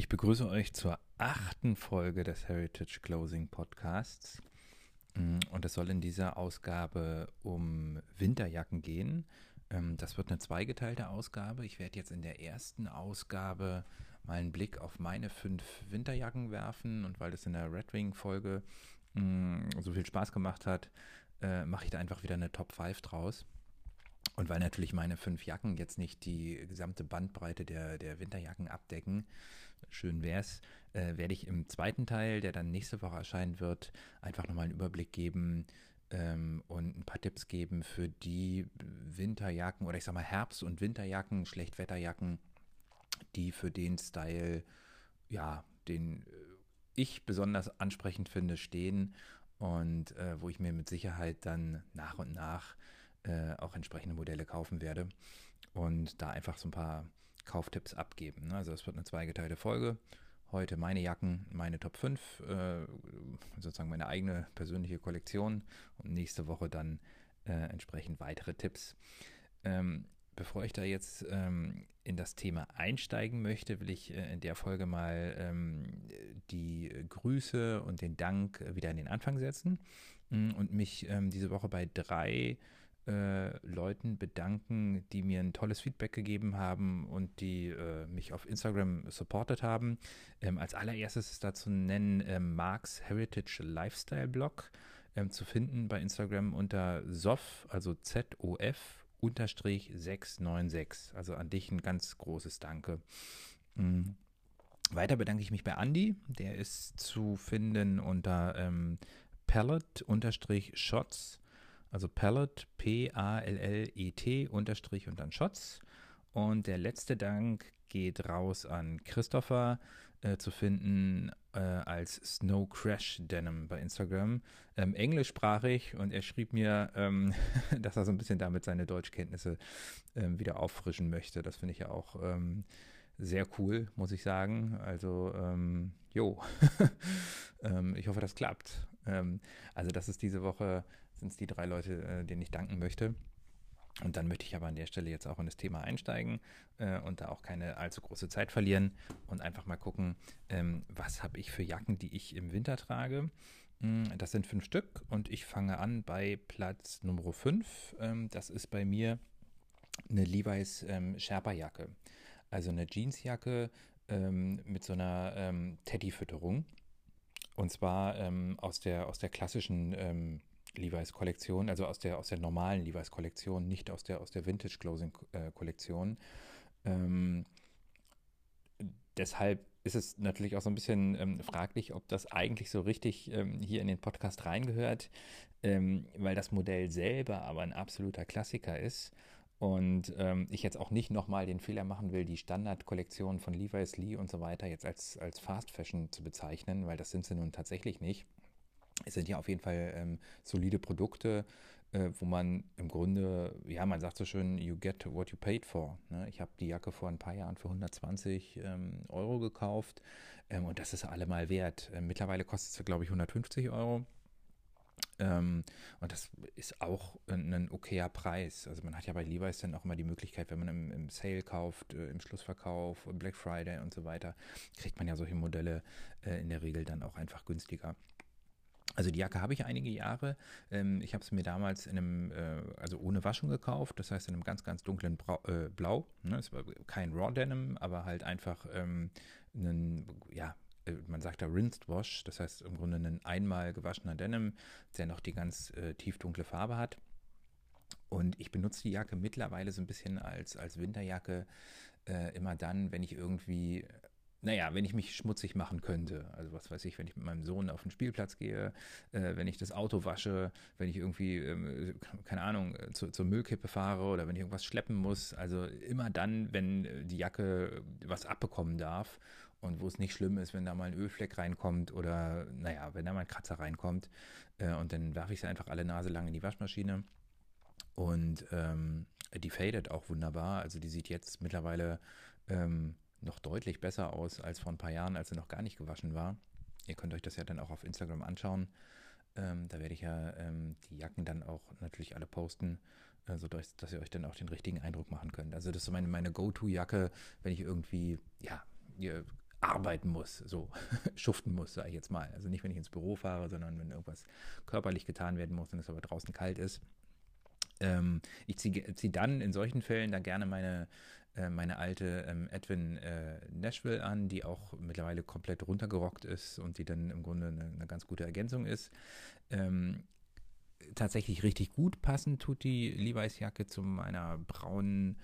Ich begrüße euch zur 8. Folge des Heritage Clothing Podcasts. Und es soll in dieser Ausgabe um Winterjacken gehen. Das wird eine zweigeteilte Ausgabe. Ich werde jetzt in der ersten Ausgabe mal einen Blick auf meine 5 Winterjacken werfen. Und weil das in der Red Wing-Folge so viel Spaß gemacht hat, mache ich da einfach wieder eine Top 5 draus. Und weil natürlich meine 5 Jacken jetzt nicht die gesamte Bandbreite der Winterjacken abdecken, schön wär's, werde ich im zweiten Teil, der dann nächste Woche erscheinen wird, einfach nochmal einen Überblick geben und ein paar Tipps geben für die Winterjacken oder ich sag mal Herbst- und Winterjacken, Schlechtwetterjacken, die für den Style, ja, den ich besonders ansprechend finde, stehen und wo ich mir mit Sicherheit dann nach und nach auch entsprechende Modelle kaufen werde und da einfach so ein paar Kauftipps abgeben. Also es wird eine zweigeteilte Folge. Heute meine Jacken, meine Top 5, sozusagen meine eigene persönliche Kollektion und nächste Woche dann entsprechend weitere Tipps. Bevor ich da jetzt in das Thema einsteigen möchte, will ich in der Folge mal die Grüße und den Dank wieder in den Anfang setzen und mich diese Woche bei 3 Leuten bedanken, die mir ein tolles Feedback gegeben haben und die mich auf Instagram supportet haben. Als allererstes ist da zu nennen Marks Heritage Lifestyle Blog, zu finden bei Instagram unter ZOF, also ZOF unterstrich 696. Also an dich ein ganz großes Danke. Weiter bedanke ich mich bei Andy, der ist zu finden unter Pallet-Shots. Also Pallet, P-A-L-L-E-T unterstrich und dann Shots. Und der letzte Dank geht raus an Christopher, zu finden als Snow Crash Denim bei Instagram. Englischsprachig und er schrieb mir, dass er so ein bisschen damit seine Deutschkenntnisse wieder auffrischen möchte. Das finde ich ja auch sehr cool, muss ich sagen. Also, jo, ich hoffe, das klappt. Also das ist diese Woche, sind es die 3 Leute, denen ich danken möchte. Und dann möchte ich aber an der Stelle jetzt auch in das Thema einsteigen und da auch keine allzu große Zeit verlieren und einfach mal gucken, was habe ich für Jacken, die ich im Winter trage. Das sind 5 Stück und ich fange an bei Platz Nummer 5. Das ist bei mir eine Levi's Sherpa-Jacke. Also eine Jeansjacke mit so einer Teddy-Fütterung. Und zwar aus der klassischen Levi's-Kollektion, also aus der normalen Levi's-Kollektion, nicht aus der Vintage-Clothing-Kollektion. Deshalb ist es natürlich auch so ein bisschen fraglich, ob das eigentlich so richtig hier in den Podcast reingehört, weil das Modell selber aber ein absoluter Klassiker ist. Und ich jetzt auch nicht nochmal den Fehler machen will, die Standardkollektion von Levi's, Lee und so weiter jetzt als Fast Fashion zu bezeichnen, weil das sind sie nun tatsächlich nicht. Es sind ja auf jeden Fall solide Produkte, wo man im Grunde, ja, man sagt so schön, you get what you paid for. Ne? Ich habe die Jacke vor ein paar Jahren für 120 Euro gekauft und das ist allemal wert. Mittlerweile kostet sie, glaube ich, 150 Euro. Und das ist auch ein okayer Preis. Also man hat ja bei Levi's dann auch immer die Möglichkeit, wenn man im Sale kauft, im Schlussverkauf, Black Friday und so weiter, kriegt man ja solche Modelle in der Regel dann auch einfach günstiger. Also die Jacke habe ich einige Jahre. Ich habe es mir damals in einem, also ohne Waschung gekauft, das heißt in einem ganz, ganz dunklen Blau. Ne? Es war kein Raw Denim, aber halt einfach ja, man sagt da Rinsed Wash, das heißt im Grunde ein einmal gewaschener Denim, der noch die ganz tiefdunkle Farbe hat. Und ich benutze die Jacke mittlerweile so ein bisschen als Winterjacke, immer dann, wenn ich irgendwie, naja, wenn ich mich schmutzig machen könnte. Also was weiß ich, wenn ich mit meinem Sohn auf den Spielplatz gehe, wenn ich das Auto wasche, wenn ich irgendwie, keine Ahnung, zur Müllkippe fahre oder wenn ich irgendwas schleppen muss. Also immer dann, wenn die Jacke was abbekommen darf und wo es nicht schlimm ist, wenn da mal ein Ölfleck reinkommt oder, naja, wenn da mal ein Kratzer reinkommt. Und dann werfe ich sie einfach alle Nase lang in die Waschmaschine. Und die fadet auch wunderbar. Also die sieht jetzt mittlerweile noch deutlich besser aus als vor ein paar Jahren, als sie noch gar nicht gewaschen war. Ihr könnt euch das ja dann auch auf Instagram anschauen. Da werde ich ja die Jacken dann auch natürlich alle posten, sodass ihr euch dann auch den richtigen Eindruck machen könnt. Also das ist so meine Go-To-Jacke, wenn ich irgendwie, ja, arbeiten muss, so schuften muss, sage ich jetzt mal. Also nicht, wenn ich ins Büro fahre, sondern wenn irgendwas körperlich getan werden muss und es aber draußen kalt ist. Ich zieh dann in solchen Fällen dann gerne meine alte Edwin Nashville an, die auch mittlerweile komplett runtergerockt ist und die dann im Grunde eine ganz gute Ergänzung ist. Ähm, Tatsächlich richtig gut passen tut die Levi's Jacke zu meiner braunen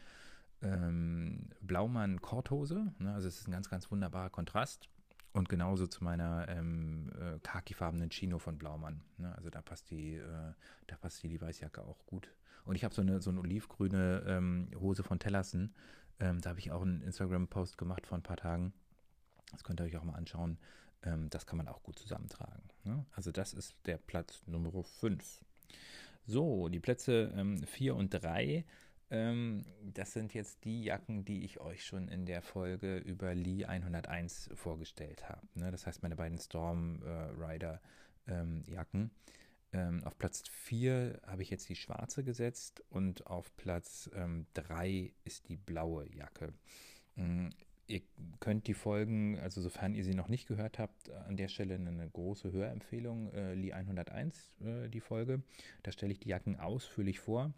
Blaumann-Korthose. Ne? Also es ist ein ganz, ganz wunderbarer Kontrast. Und genauso zu meiner khakifarbenen Chino von Blaumann. Ne? Also da passt die Levi's Jacke auch gut. Und ich habe so eine olivgrüne Hose von Tellerson. Da habe ich auch einen Instagram-Post gemacht vor ein paar Tagen. Das könnt ihr euch auch mal anschauen. Das kann man auch gut zusammentragen. Ne? Also das ist der Platz Nummer 5. So, die Plätze 4 und 3, das sind jetzt die Jacken, die ich euch schon in der Folge über Lee 101 vorgestellt habe. Ne? Das heißt, meine beiden Storm Rider Jacken. Auf Platz 4 habe ich jetzt die schwarze gesetzt und auf Platz 3 ist die blaue Jacke. Ihr könnt die Folgen, also sofern ihr sie noch nicht gehört habt, an der Stelle eine große Hörempfehlung, Lee 101, die Folge. Da stelle ich die Jacken ausführlich vor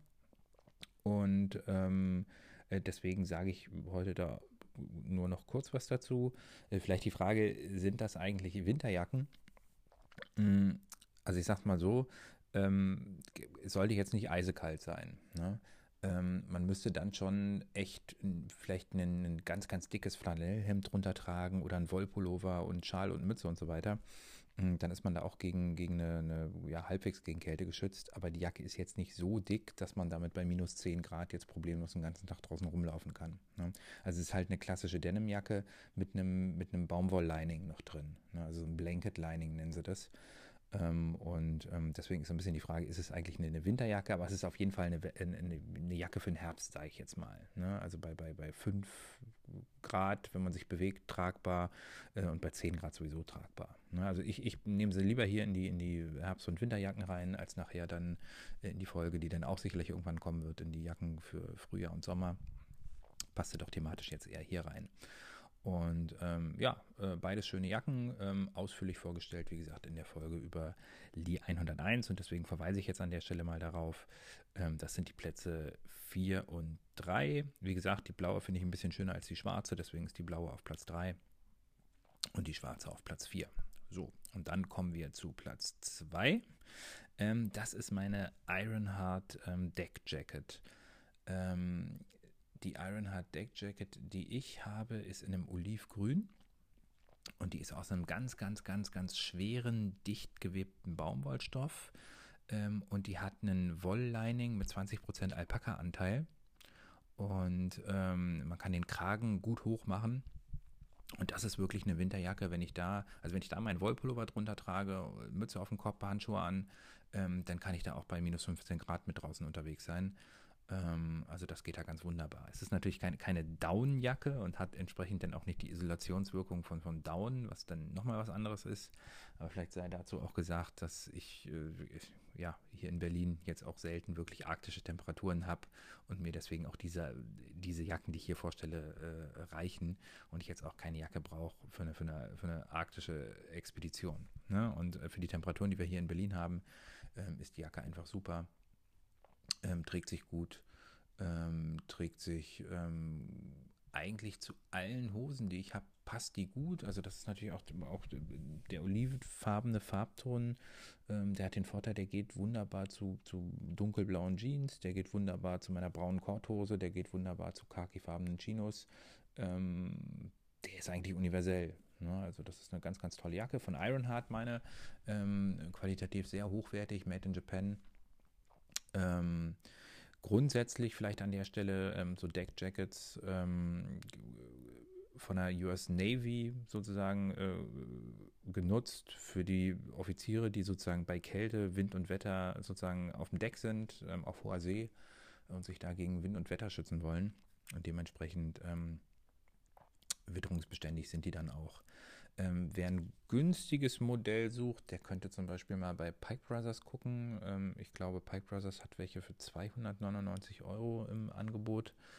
und deswegen sage ich heute da nur noch kurz was dazu. Vielleicht die Frage, sind das eigentlich Winterjacken? Mm, Also ich sag's mal so, es sollte jetzt nicht eisekalt sein. Ne? Man müsste dann schon echt vielleicht ein ganz, ganz dickes Flanellhemd drunter tragen oder ein Wollpullover und Schal und Mütze und so weiter. Dann ist man da auch gegen ja, halbwegs gegen Kälte geschützt. Aber die Jacke ist jetzt nicht so dick, dass man damit bei minus 10 Grad jetzt problemlos den ganzen Tag draußen rumlaufen kann. Ne? Also es ist halt eine klassische Denimjacke mit einem Baumwoll-Lining noch drin. Ne? Also ein Blanket-Lining nennen sie das. Deswegen ist so ein bisschen die Frage, ist es eigentlich eine Winterjacke, aber es ist auf jeden Fall eine Jacke für den Herbst, sage ich jetzt mal. Ne? Also bei 5 Grad, wenn man sich bewegt, tragbar und bei 10 Grad sowieso tragbar. Ne? Also ich nehme sie lieber hier in die Herbst- und Winterjacken rein, als nachher dann in die Folge, die dann auch sicherlich irgendwann kommen wird, in die Jacken für Frühjahr und Sommer. Passte doch thematisch jetzt eher hier rein. Und ja, beides schöne Jacken, ausführlich vorgestellt, wie gesagt, in der Folge über Lee 101 und deswegen verweise ich jetzt an der Stelle mal darauf. Das sind die Plätze 4 und 3. Wie gesagt, die blaue finde ich ein bisschen schöner als die schwarze, deswegen ist die blaue auf Platz 3 und die schwarze auf Platz 4. So, und dann kommen wir zu Platz 2. Das ist meine Ironheart Deck Jacket. Ähm, Die Ironheart Deck Jacket, die ich habe, ist in einem Olivgrün und die ist aus einem ganz, ganz, ganz, ganz schweren, dicht gewebten Baumwollstoff und die hat einen Wolllining mit 20% Alpaka-Anteil und man kann den Kragen gut hoch machen. Und das ist wirklich eine Winterjacke, wenn ich da meinen Wollpullover drunter trage, Mütze auf dem Kopf, Handschuhe an, dann kann ich da auch bei minus 15 Grad mit draußen unterwegs sein. Also das geht da ganz wunderbar. Es ist natürlich keine Downjacke und hat entsprechend dann auch nicht die Isolationswirkung von Down, was dann nochmal was anderes ist. Aber vielleicht sei dazu auch gesagt, dass ich ja, hier in Berlin jetzt auch selten wirklich arktische Temperaturen habe und mir deswegen auch diese Jacken, die ich hier vorstelle, reichen und ich jetzt auch keine Jacke brauche für eine arktische Expedition. Ne? Und für die Temperaturen, die wir hier in Berlin haben, ist die Jacke einfach super. Trägt sich gut, trägt sich eigentlich zu allen Hosen, die ich habe, passt die gut. Also das ist natürlich auch der olivfarbene Farbton, der hat den Vorteil, der geht wunderbar zu dunkelblauen Jeans, der geht wunderbar zu meiner braunen Korthose, der geht wunderbar zu khakifarbenen Chinos. Der ist eigentlich universell. Ne? Also das ist eine ganz, ganz tolle Jacke von Ironheart, qualitativ sehr hochwertig, made in Japan. Ähm, Grundsätzlich vielleicht an der Stelle so Deck Jackets von der US Navy sozusagen genutzt für die Offiziere, die sozusagen bei Kälte, Wind und Wetter sozusagen auf dem Deck sind, auf hoher See und sich da gegen Wind und Wetter schützen wollen. Und dementsprechend witterungsbeständig sind die dann auch. Wer ein günstiges Modell sucht, der könnte zum Beispiel mal bei Pike Brothers gucken. Ich glaube, Pike Brothers hat welche für 299 € im Angebot.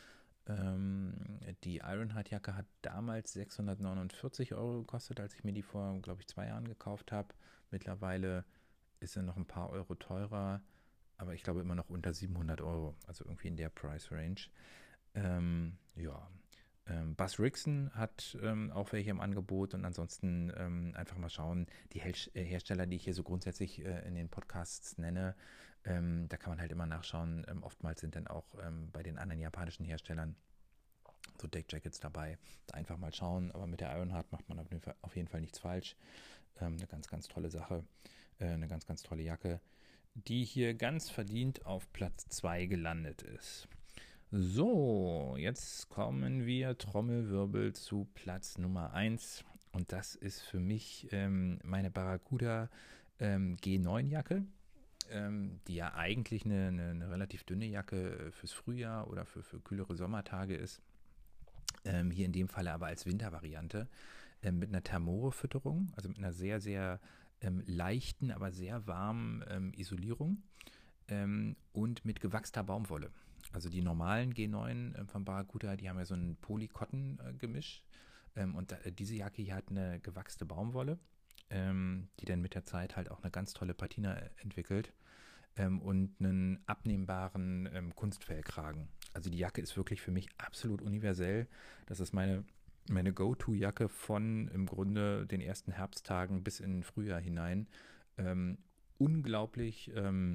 Die Ironheart-Jacke hat damals 649 € gekostet, als ich mir die vor, glaube ich, 2 Jahren gekauft habe. Mittlerweile ist sie noch ein paar Euro teurer, aber ich glaube immer noch unter 700 €, also irgendwie in der Price Range. Ja, Buzz Rickson hat auch welche im Angebot und ansonsten einfach mal schauen, die Hersteller, die ich hier so grundsätzlich in den Podcasts nenne, da kann man halt immer nachschauen. Oftmals sind dann auch bei den anderen japanischen Herstellern so Deck-Jackets dabei. Da einfach mal schauen, aber mit der Ironheart macht man auf jeden Fall nichts falsch. Eine ganz, ganz tolle Sache, eine ganz, ganz tolle Jacke, die hier ganz verdient auf Platz 2 gelandet ist. So, jetzt kommen wir Trommelwirbel zu Platz Nummer 1 und das ist für mich meine Barracuda G9-Jacke, die ja eigentlich eine relativ dünne Jacke fürs Frühjahr oder für kühlere Sommertage ist. Hier in dem Falle aber als Wintervariante mit einer Thermore-Fütterung, also mit einer sehr, sehr leichten, aber sehr warmen Isolierung und mit gewachster Baumwolle. Also die normalen G9 von Barracuda, die haben ja so ein Poly-Cotton-Gemisch. Und diese Jacke hier hat eine gewachste Baumwolle, die dann mit der Zeit halt auch eine ganz tolle Patina entwickelt und einen abnehmbaren Kunstfellkragen. Also die Jacke ist wirklich für mich absolut universell. Das ist meine Go-To-Jacke von im Grunde den ersten Herbsttagen bis in den Frühjahr hinein. Unglaublich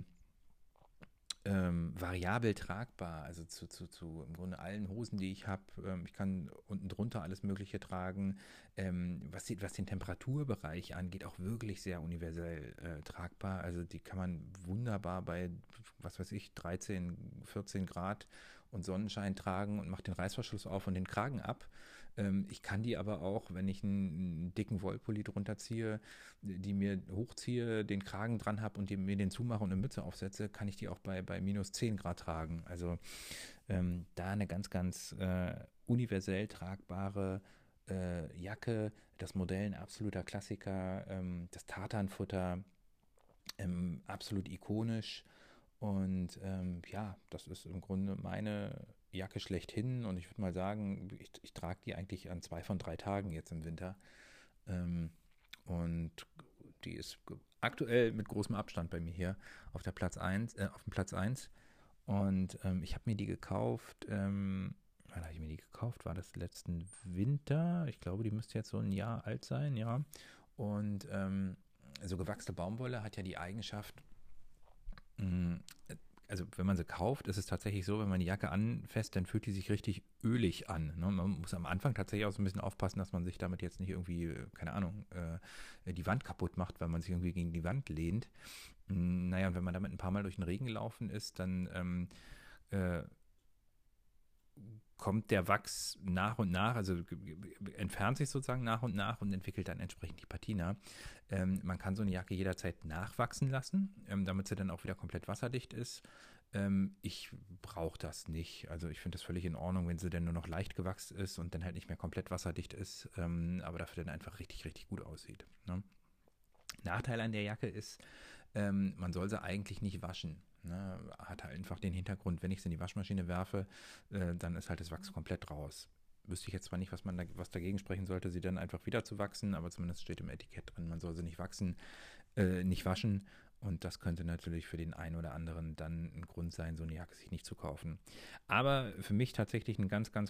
variabel tragbar, also zu im Grunde allen Hosen, die ich habe. Ich kann unten drunter alles Mögliche tragen. Was den Temperaturbereich angeht, auch wirklich sehr universell tragbar. Also die kann man wunderbar bei, was weiß ich, 13, 14 Grad und Sonnenschein tragen und macht den Reißverschluss auf und den Kragen ab. Ich kann die aber auch, wenn ich einen dicken Wollpulli drunter ziehe, die mir hochziehe, den Kragen dran habe und mir den zumache und eine Mütze aufsetze, kann ich die auch bei minus 10 Grad tragen. Also da eine ganz, ganz universell tragbare Jacke, das Modell ein absoluter Klassiker, das Tartanfutter absolut ikonisch und ja, das ist im Grunde meine Jacke schlechthin und ich würde mal sagen, ich trage die eigentlich an 2 von 3 Tagen jetzt im Winter. Und die ist aktuell mit großem Abstand bei mir hier auf der auf dem Platz 1. Und ich habe mir die gekauft. Wann habe ich mir die gekauft? War das letzten Winter? Ich glaube, die müsste jetzt so ein Jahr alt sein, ja. Und so gewachsene Baumwolle hat ja die Eigenschaft, mh, also wenn man sie kauft, ist es tatsächlich so, wenn man die Jacke anfasst, dann fühlt die sich richtig ölig an. Ne? Man muss am Anfang tatsächlich auch so ein bisschen aufpassen, dass man sich damit jetzt nicht irgendwie, keine Ahnung, die Wand kaputt macht, weil man sich irgendwie gegen die Wand lehnt. Naja, und wenn man damit ein paar Mal durch den Regen gelaufen ist, dann äh, kommt der Wachs nach und nach, also entfernt sich sozusagen nach und entwickelt dann entsprechend die Patina. Man kann so eine Jacke jederzeit nachwachsen lassen, damit sie dann auch wieder komplett wasserdicht ist. Ich brauche das nicht. Also ich finde das völlig in Ordnung, wenn sie dann nur noch leicht gewachst ist und dann halt nicht mehr komplett wasserdicht ist, aber dafür dann einfach richtig, richtig gut aussieht. Ne? Nachteil an der Jacke ist, man soll sie eigentlich nicht waschen. Ne? Hat halt einfach den Hintergrund, wenn ich sie in die Waschmaschine werfe, dann ist halt das Wachs komplett raus. Wüsste ich jetzt zwar nicht, was dagegen sprechen sollte, sie dann einfach wieder zu wachsen, aber zumindest steht im Etikett drin, man soll sie nicht waschen. Und das könnte natürlich für den einen oder anderen dann ein Grund sein, so eine Jacke sich nicht zu kaufen. Aber für mich tatsächlich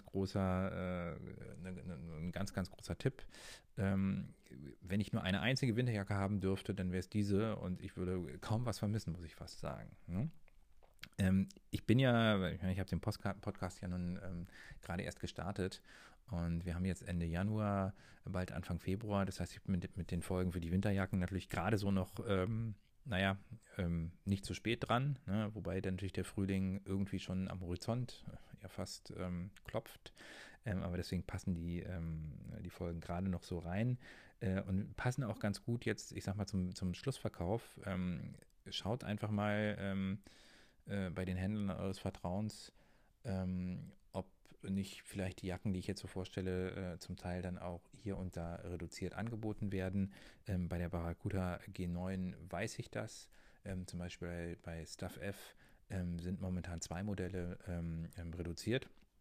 ein ganz, ganz großer Tipp. Wenn ich nur eine einzige Winterjacke haben dürfte, dann wäre es diese und ich würde kaum was vermissen, muss ich fast sagen. Ne? Ich bin ja, ich habe den Podcast ja nun gerade erst gestartet und wir haben jetzt Ende Januar, bald Anfang Februar. Das heißt, ich bin mit den Folgen für die Winterjacken natürlich gerade so noch, naja, nicht zu spät dran, ne? Wobei dann natürlich der Frühling irgendwie schon am Horizont ja fast klopft. Aber deswegen passen die Folgen gerade noch so rein und passen auch ganz gut jetzt, ich sag mal, zum Schlussverkauf. Schaut einfach mal bei den Händlern eures Vertrauens, ob nicht vielleicht die Jacken, die ich jetzt so vorstelle, zum Teil dann auch hier und da reduziert angeboten werden. Bei der Barracuda G9 weiß ich das. Zum Beispiel bei Stuff F sind momentan 2 Modelle reduziert.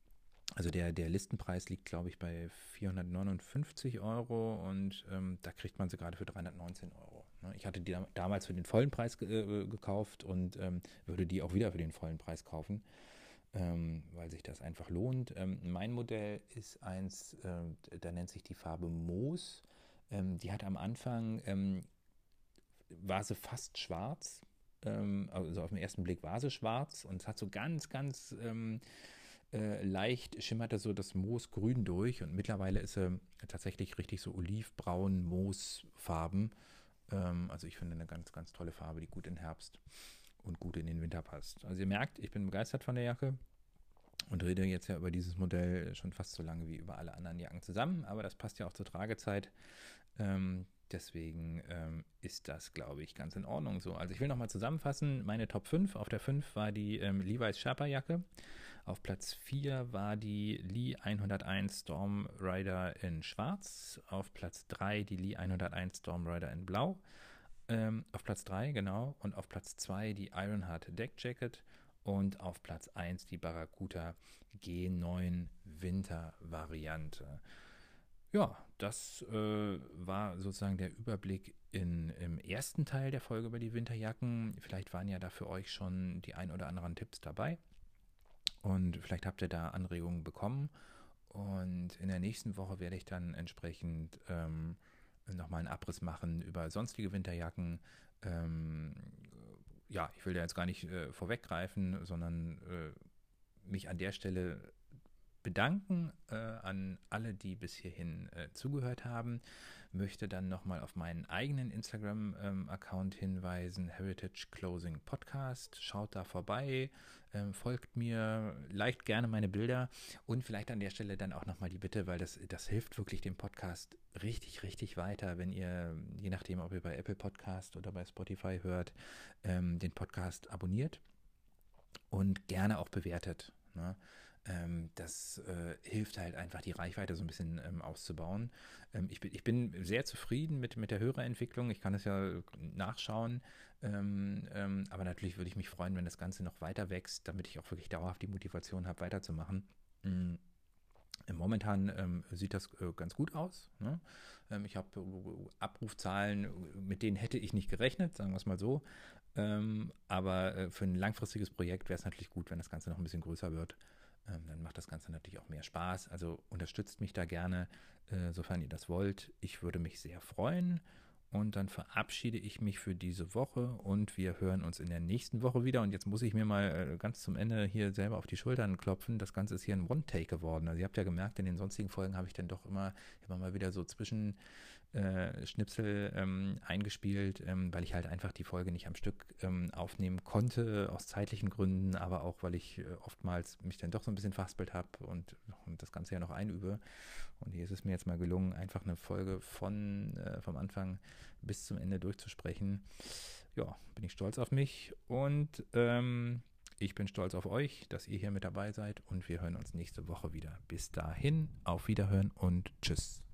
Also der Listenpreis liegt, glaube ich, bei 459 € und da kriegt man sie gerade für 319 €. Ne? Ich hatte die damals für den vollen Preis gekauft und würde die auch wieder für den vollen Preis kaufen, weil sich das einfach lohnt. Mein Modell ist eins, da nennt sich die Farbe Moos. Die hat am Anfang, war sie fast schwarz. Also auf den ersten Blick war sie schwarz und es hat so ganz leicht schimmerte so das Moosgrün durch und mittlerweile ist sie tatsächlich richtig so olivbraun Moosfarben. Also ich finde eine ganz tolle Farbe, die gut in den Herbst und gut in den Winter passt. Also ihr merkt, ich bin begeistert von der Jacke und rede jetzt ja über dieses Modell schon fast so lange wie über alle anderen Jacken zusammen, aber das passt ja auch zur Tragezeit. Deswegen ist das, glaube ich, ganz in Ordnung so. Also ich will nochmal zusammenfassen, meine Top 5. Auf der 5 war die Levi's Sherpa Jacke. Auf Platz 4 war die Lee 101 Storm Rider in Schwarz. Auf Platz 3 die Lee 101 Storm Rider in Blau. Auf Platz 3, genau. Und auf Platz 2 die Ironheart Deck Jacket. Und auf Platz 1 die Barracuda G9 Winter Variante. Ja, das war sozusagen der Überblick im ersten Teil der Folge über die Winterjacken. Vielleicht waren ja da für euch schon die ein oder anderen Tipps dabei. Und vielleicht habt ihr da Anregungen bekommen. Und in der nächsten Woche werde ich dann entsprechend nochmal einen Abriss machen über sonstige Winterjacken. Ja, ich will da jetzt gar nicht vorweggreifen, sondern mich an der Stelle bedanken an alle, die bis hierhin zugehört haben. Möchte dann nochmal auf meinen eigenen Instagram-Account hinweisen, Heritage Closing Podcast. Schaut da vorbei, folgt mir, liked gerne meine Bilder und vielleicht an der Stelle dann auch nochmal die Bitte, weil das hilft wirklich dem Podcast richtig weiter, wenn ihr, je nachdem, ob ihr bei Apple Podcast oder bei Spotify hört, den Podcast abonniert und gerne auch bewertet. Ne? Das hilft halt einfach, die Reichweite so ein bisschen auszubauen. Ich bin sehr zufrieden mit der Hörerentwicklung. Ich kann es ja nachschauen. Aber natürlich würde ich mich freuen, wenn das Ganze noch weiter wächst, damit ich auch wirklich dauerhaft die Motivation habe, weiterzumachen. Momentan sieht das ganz gut aus. Ne? Ich habe Abrufzahlen, mit denen hätte ich nicht gerechnet, sagen wir es mal so. Aber für ein langfristiges Projekt wäre es natürlich gut, wenn das Ganze noch ein bisschen größer wird. Dann macht das Ganze natürlich auch mehr Spaß. Also unterstützt mich da gerne, sofern ihr das wollt. Ich würde mich sehr freuen. Und dann verabschiede ich mich für diese Woche und wir hören uns in der nächsten Woche wieder. Und jetzt muss ich mir mal ganz zum Ende hier selber auf die Schultern klopfen. Das Ganze ist hier ein One-Take geworden. Also ihr habt ja gemerkt, in den sonstigen Folgen habe ich dann doch immer mal wieder so Schnipsel eingespielt, weil ich halt einfach die Folge nicht am Stück aufnehmen konnte, aus zeitlichen Gründen, aber auch, weil ich oftmals mich dann doch so ein bisschen verhaspelt habe und das Ganze ja noch einübe. Und hier ist es mir jetzt mal gelungen, einfach eine Folge vom Anfang bis zum Ende durchzusprechen. Ja, bin ich stolz auf mich und ich bin stolz auf euch, dass ihr hier mit dabei seid und wir hören uns nächste Woche wieder. Bis dahin, auf Wiederhören und tschüss.